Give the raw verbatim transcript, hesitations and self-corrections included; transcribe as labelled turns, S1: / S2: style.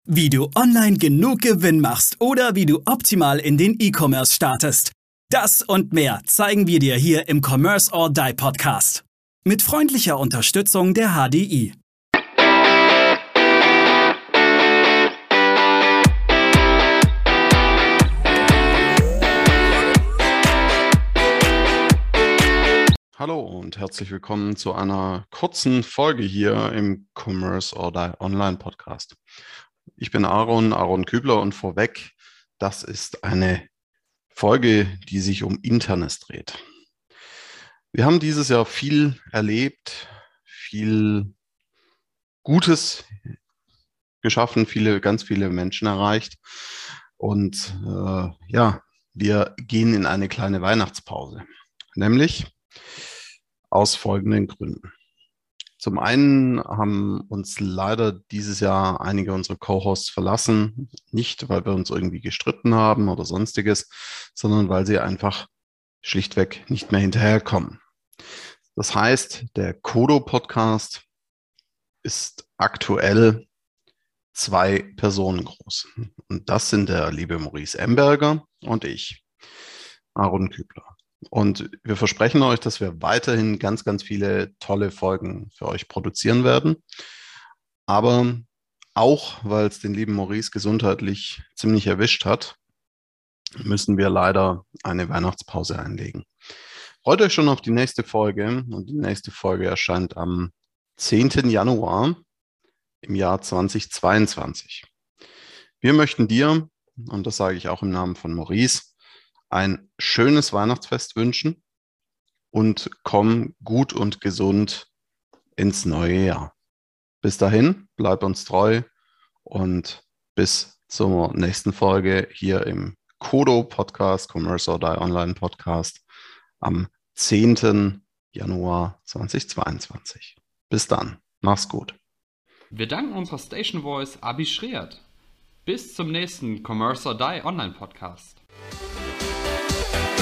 S1: Wie du online genug Gewinn machst oder wie du optimal in den E-Commerce startest. Das und mehr zeigen wir dir hier im Commerce or Die Podcast. Mit freundlicher Unterstützung der H D I.
S2: Hallo und herzlich willkommen zu einer kurzen Folge hier im Commerce or Die Online Podcast. Ich bin Aaron, Aaron Kübler und vorweg, das ist eine Folge, die sich um Internes dreht. Wir haben dieses Jahr viel erlebt, viel Gutes geschaffen, viele, ganz viele Menschen erreicht und äh, ja, wir gehen in eine kleine Weihnachtspause, nämlich aus folgenden Gründen. Zum einen haben uns leider dieses Jahr einige unserer Co-Hosts verlassen, nicht weil wir uns irgendwie gestritten haben oder sonstiges, sondern weil sie einfach schlichtweg nicht mehr hinterherkommen. Das heißt, der Kodo-Podcast ist aktuell zwei Personen groß. Und das sind der liebe Maurice Emberger und ich, Aaron Kübler. Und wir versprechen euch, dass wir weiterhin ganz, ganz viele tolle Folgen für euch produzieren werden. Aber auch, weil es den lieben Maurice gesundheitlich ziemlich erwischt hat, müssen wir leider eine Weihnachtspause einlegen. Freut euch schon auf die nächste Folge. Und die nächste Folge erscheint am zehnten Januar im Jahr zweitausendzweiundzwanzig. Wir möchten dir, und das sage ich auch im Namen von Maurice, ein schönes Weihnachtsfest wünschen und komm gut und gesund ins neue Jahr. Bis dahin, bleib uns treu und bis zur nächsten Folge hier im Kodo-Podcast, Commerce or Die Online Podcast am zehnten Januar zweitausendzweiundzwanzig. Bis dann, mach's gut.
S3: Wir danken unserer Station Voice Abi Schreert. Bis zum nächsten Commerce or Die Online Podcast.